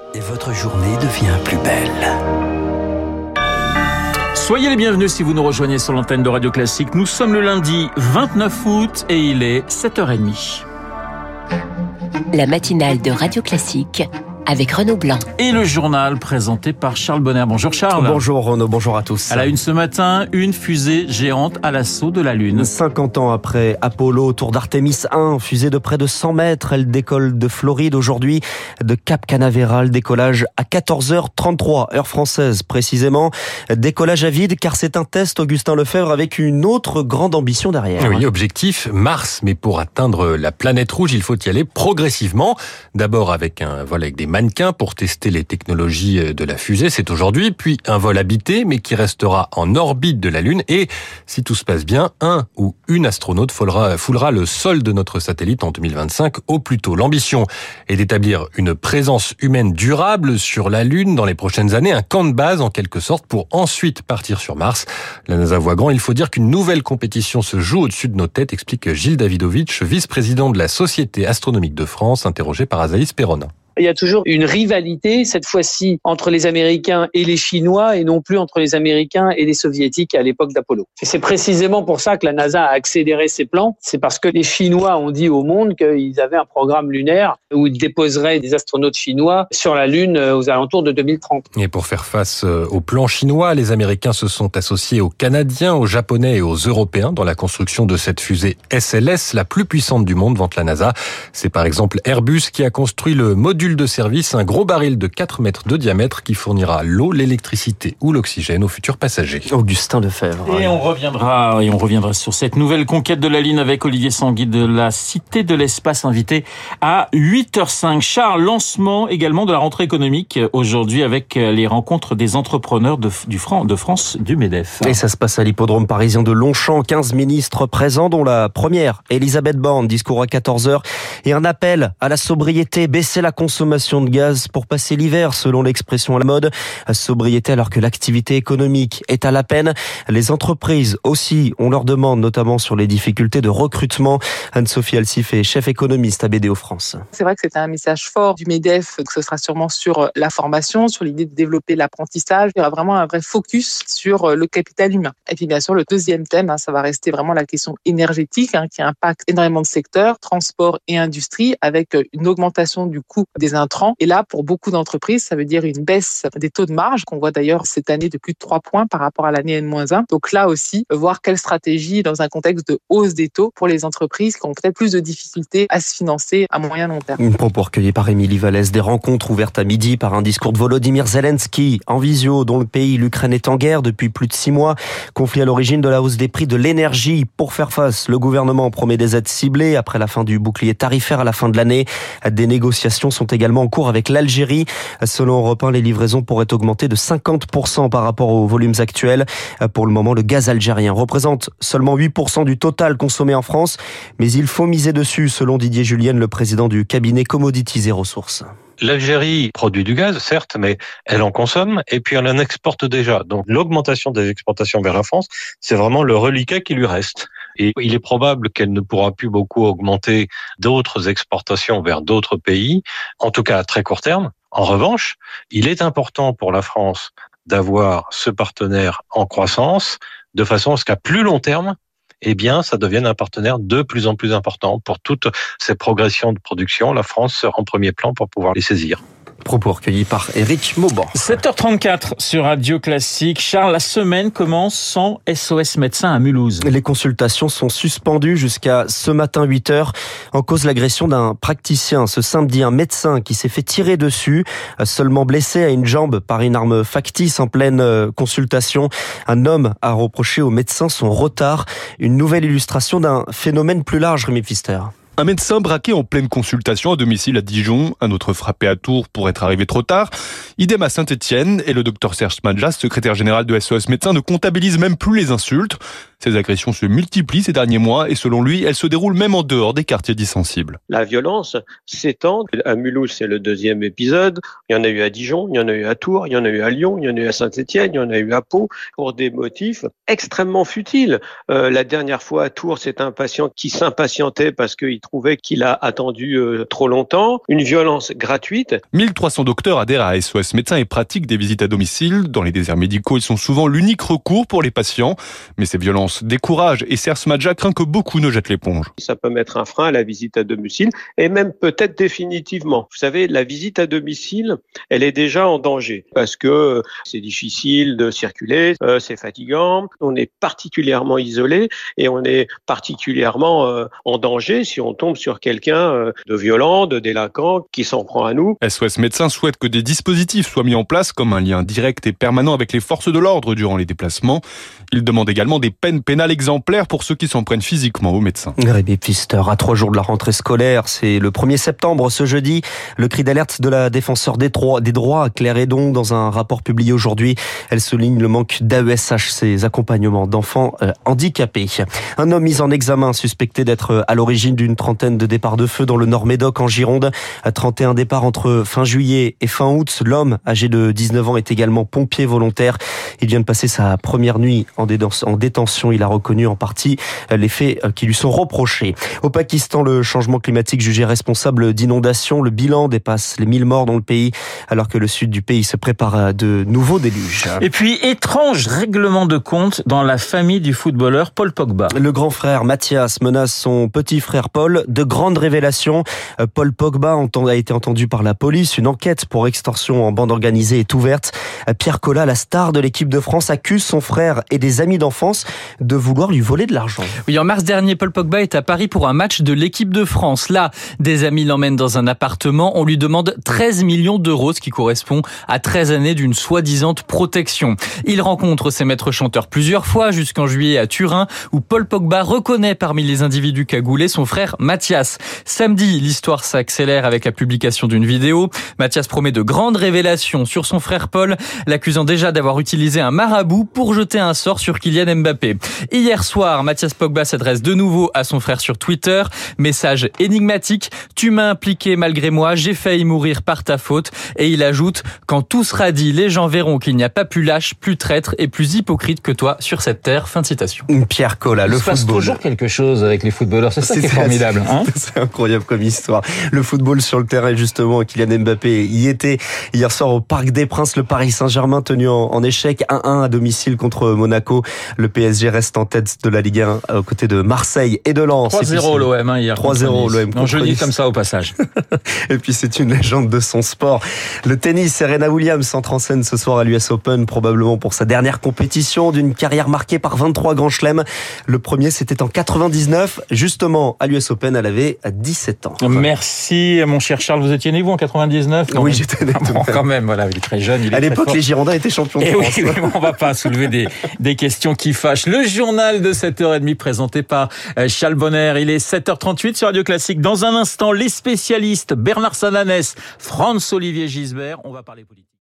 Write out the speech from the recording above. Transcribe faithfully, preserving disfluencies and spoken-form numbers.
Et votre journée devient plus belle. Soyez les bienvenus si vous nous rejoignez sur l'antenne de Radio Classique. Nous sommes le lundi vingt-neuf août et il est sept heures trente. La matinale de Radio Classique avec Renaud Blanc. Et le journal présenté par Charles Bonner. Bonjour Charles. Bonjour Renaud, bonjour à tous. À la une ce matin, une fusée géante à l'assaut de la Lune. cinquante ans après Apollo, tour d'Artémis un, fusée de près de cent mètres, elle décolle de Floride aujourd'hui, de Cap Canaveral, décollage à quatorze heures trente-trois, heure française précisément. Décollage à vide car c'est un test, Augustin Lefebvre, avec une autre grande ambition derrière. Oui, objectif Mars, mais pour atteindre la planète rouge, il faut y aller progressivement. D'abord avec un vol avec des mannequins pour tester les technologies de la fusée, c'est aujourd'hui, puis un vol habité, mais qui restera en orbite de la Lune, et si tout se passe bien, un ou une astronaute foulera, foulera le sol de notre satellite en deux mille vingt-cinq au plus tôt. L'ambition est d'établir une présence humaine durable sur la Lune dans les prochaines années, un camp de base en quelque sorte, pour ensuite partir sur Mars. La NASA voit grand, il faut dire qu'une nouvelle compétition se joue au-dessus de nos têtes, explique Gilles Davidovitch, vice-président de la Société astronomique de France, interrogé par Azaïs Perronin. Il y a toujours une rivalité, cette fois-ci, entre les Américains et les Chinois, et non plus entre les Américains et les Soviétiques à l'époque d'Apollo. Et c'est précisément pour ça que la NASA a accéléré ses plans. C'est parce que les Chinois ont dit au monde qu'ils avaient un programme lunaire où ils déposeraient des astronautes chinois sur la Lune aux alentours de deux mille trente. Et pour faire face au plan chinois, les Américains se sont associés aux Canadiens, aux Japonais et aux Européens dans la construction de cette fusée S L S, la plus puissante du monde, vante la NASA. C'est par exemple Airbus qui a construit le module de service, un gros baril de quatre mètres de diamètre qui fournira l'eau, l'électricité ou l'oxygène aux futurs passagers. Augustin Lefebvre. Et on reviendra, et on reviendra sur cette nouvelle conquête de la Lune avec Olivier Sanguy de la Cité de l'Espace, invité à huit heures cinq. Charles, lancement également de la rentrée économique aujourd'hui avec les rencontres des entrepreneurs de, du Fran, de France du MEDEF. Et ça se passe à l'hippodrome parisien de Longchamp. quinze ministres présents, dont la première, Elisabeth Borne, discours à quatorze heures, et un appel à la sobriété, baisser la consommation consommation de gaz pour passer l'hiver, selon l'expression à la mode. Sobriété alors que l'activité économique est à la peine. Les entreprises aussi, on leur demande notamment sur les difficultés de recrutement. Anne-Sophie Alsif est chef économiste à B D O France. C'est vrai que c'était un message fort du MEDEF, que ce sera sûrement sur la formation, sur l'idée de développer l'apprentissage. Il y aura vraiment un vrai focus sur le capital humain. Et puis bien sûr, le deuxième thème, hein, ça va rester vraiment la question énergétique, hein, qui impacte énormément de secteurs, transport et industrie, avec une augmentation du coût des intrants. Et là, pour beaucoup d'entreprises, ça veut dire une baisse des taux de marge, qu'on voit d'ailleurs cette année de plus de trois points par rapport à l'année N moins un. Donc là aussi, voir quelle stratégie dans un contexte de hausse des taux pour les entreprises qui ont peut-être plus de difficultés à se financer à moyen long terme. Une propos recueillie par Émilie Vallès. Des rencontres ouvertes à midi par un discours de Volodymyr Zelensky en visio, dont le pays, l'Ukraine, est en guerre depuis plus de six mois. Conflit à l'origine de la hausse des prix de l'énergie. Pour faire face, le gouvernement promet des aides ciblées après la fin du bouclier tarifaire à la fin de l'année. Des négociations sont également en cours avec l'Algérie. Selon Europe un, les livraisons pourraient augmenter de cinquante pour cent par rapport aux volumes actuels. Pour le moment, le gaz algérien représente seulement huit pour cent du total consommé en France, mais il faut miser dessus, selon Didier Julienne, le président du cabinet Commodities et Ressources. L'Algérie produit du gaz, certes, mais elle en consomme et puis elle en exporte déjà. Donc l'augmentation des exportations vers la France, c'est vraiment le reliquat qui lui reste. Et il est probable qu'elle ne pourra plus beaucoup augmenter d'autres exportations vers d'autres pays, en tout cas à très court terme. En revanche, il est important pour la France d'avoir ce partenaire en croissance, de façon à ce qu'à plus long terme, eh bien, ça devienne un partenaire de plus en plus important pour toutes ces progressions de production. La France sera en premier plan pour pouvoir les saisir. Propos recueillis par Éric Mauban. sept heures trente-quatre sur Radio Classique. Charles, la semaine commence sans S O S médecin à Mulhouse. Les consultations sont suspendues jusqu'à ce matin huit heures. En cause l'agression d'un praticien. Ce samedi, un médecin qui s'est fait tirer dessus, seulement blessé à une jambe par une arme factice en pleine consultation. Un homme a reproché au médecin son retard. Une nouvelle illustration d'un phénomène plus large, Rémi Pfister. Un médecin braqué en pleine consultation à domicile à Dijon, un autre frappé à Tours pour être arrivé trop tard. Idem à Saint-Étienne, et le docteur Serge Smadja, secrétaire général de S O S Médecins, ne comptabilise même plus les insultes. Ces agressions se multiplient ces derniers mois et selon lui, elles se déroulent même en dehors des quartiers dits sensibles. La violence s'étend. À Mulhouse, c'est le deuxième épisode. Il y en a eu à Dijon, il y en a eu à Tours, il y en a eu à Lyon, il y en a eu à Saint-Étienne, il y en a eu à Pau, pour des motifs extrêmement futiles. Euh, la dernière fois à Tours, c'est un patient qui s'impatientait parce qu'il trouvait qu'il a attendu euh, trop longtemps. Une violence gratuite. mille trois cents docteurs adhèrent à S O S Médecins et pratiquent des visites à domicile. Dans les déserts médicaux, ils sont souvent l'unique recours pour les patients. Mais ces violences découragent et Serge Smadja craint que beaucoup ne jettent l'éponge. Ça peut mettre un frein à la visite à domicile et même peut-être définitivement. Vous savez, la visite à domicile, elle est déjà en danger parce que c'est difficile de circuler, euh, c'est fatigant, on est particulièrement isolé et on est particulièrement euh, en danger si on tombe sur quelqu'un euh, de violent, de délinquant qui s'en prend à nous. S O S Médecins souhaite que des dispositifs soient mis en place comme un lien direct et permanent avec les forces de l'ordre durant les déplacements. Il demande également des peines pénales exemplaires pour ceux qui s'en prennent physiquement aux médecins. Rémi Pfister, à trois jours de la rentrée scolaire, c'est le premier septembre ce jeudi. Le cri d'alerte de la défenseure des droits, des droits Claire Hédon, dans un rapport publié aujourd'hui. Elle souligne le manque d'A E S H, ces accompagnements d'enfants euh, handicapés. Un homme mis en examen, suspecté d'être à l'origine d'une trentaine de départs de feu dans le Nord-Médoc en Gironde. trente et un départs entre fin juillet et fin août. L'homme, âgé de dix-neuf ans, est également pompier volontaire. Il vient de passer sa première nuit en détention. Il a reconnu en partie les faits qui lui sont reprochés. Au Pakistan, le changement climatique jugé responsable d'inondations. Le bilan dépasse les mille morts dans le pays, alors que le sud du pays se prépare à de nouveaux déluges. Et puis, étrange règlement de compte dans la famille du footballeur Paul Pogba. Le grand frère Mathias menace son petit frère Paul. De grandes révélations. Paul Pogba a été entendu par la police. Une enquête pour extorsion en bande organisée est ouverte. Pierre Collat, la star de l'équipe de France, accuse son frère et des amis d'enfance de vouloir lui voler de l'argent. Oui, en mars dernier, Paul Pogba est à Paris pour un match de l'équipe de France. Là, des amis l'emmènent dans un appartement. On lui demande treize millions d'euros, ce qui correspond à treize années d'une soi-disant protection. Il rencontre ses maîtres chanteurs plusieurs fois, jusqu'en juillet à Turin, où Paul Pogba reconnaît parmi les individus cagoulés son frère Mathias. Samedi, l'histoire s'accélère avec la publication d'une vidéo. Mathias promet de grandes révélations sur son frère Paul, l'accusant déjà d'avoir utilisé un marabout pour jeter un sort sur Kylian Mbappé. Hier soir, Mathias Pogba s'adresse de nouveau à son frère sur Twitter. Message énigmatique. Tu m'as impliqué malgré moi, j'ai failli mourir par ta faute. Et il ajoute, quand tout sera dit, les gens verront qu'il n'y a pas plus lâche, plus traître et plus hypocrite que toi sur cette terre. Fin de citation. Pierre Collat, le Il se passe football. toujours quelque chose avec les footballeurs. C'est ça qui est formidable. Hein c'est incroyable comme histoire. Le football sur le terrain, justement, Kylian Mbappé y était hier soir au Parc des Princes. Le Paris Saint-Germain tenu en, en échec, un un à domicile contre Monaco. Le P S G reste en tête de la Ligue un aux côtés de Marseille et de Lens. trois zéro l'O M hein, hier. trois zéro l'O M. Non, je dis comme ça au passage. Et puis c'est une légende de son sport. Le tennis, Serena Williams entre en scène ce soir à l'U S Open, probablement pour sa dernière compétition d'une carrière marquée par vingt-trois grands chelems. Le premier, c'était en quatre-vingt-dix-neuf. Justement, à l'U S Open, elle avait dix-sept ans. Merci, mon cher Charles. Vous étiez né, vous, en quatre-vingt-dix-neuf? Oui, j'étais né. Bon, quand même, voilà, il est très jeune. Il est à l'époque, fort. les Girondins étaient champions de Et France. Oui, oui, on va pas soulever des, des questions qui fâchent. Le journal de sept heures trente présenté par Charles Bonner. Il est sept heures trente-huit sur Radio Classique. Dans un instant, les spécialistes Bernard Sananès, Franz-Olivier Gisbert. On va parler politique.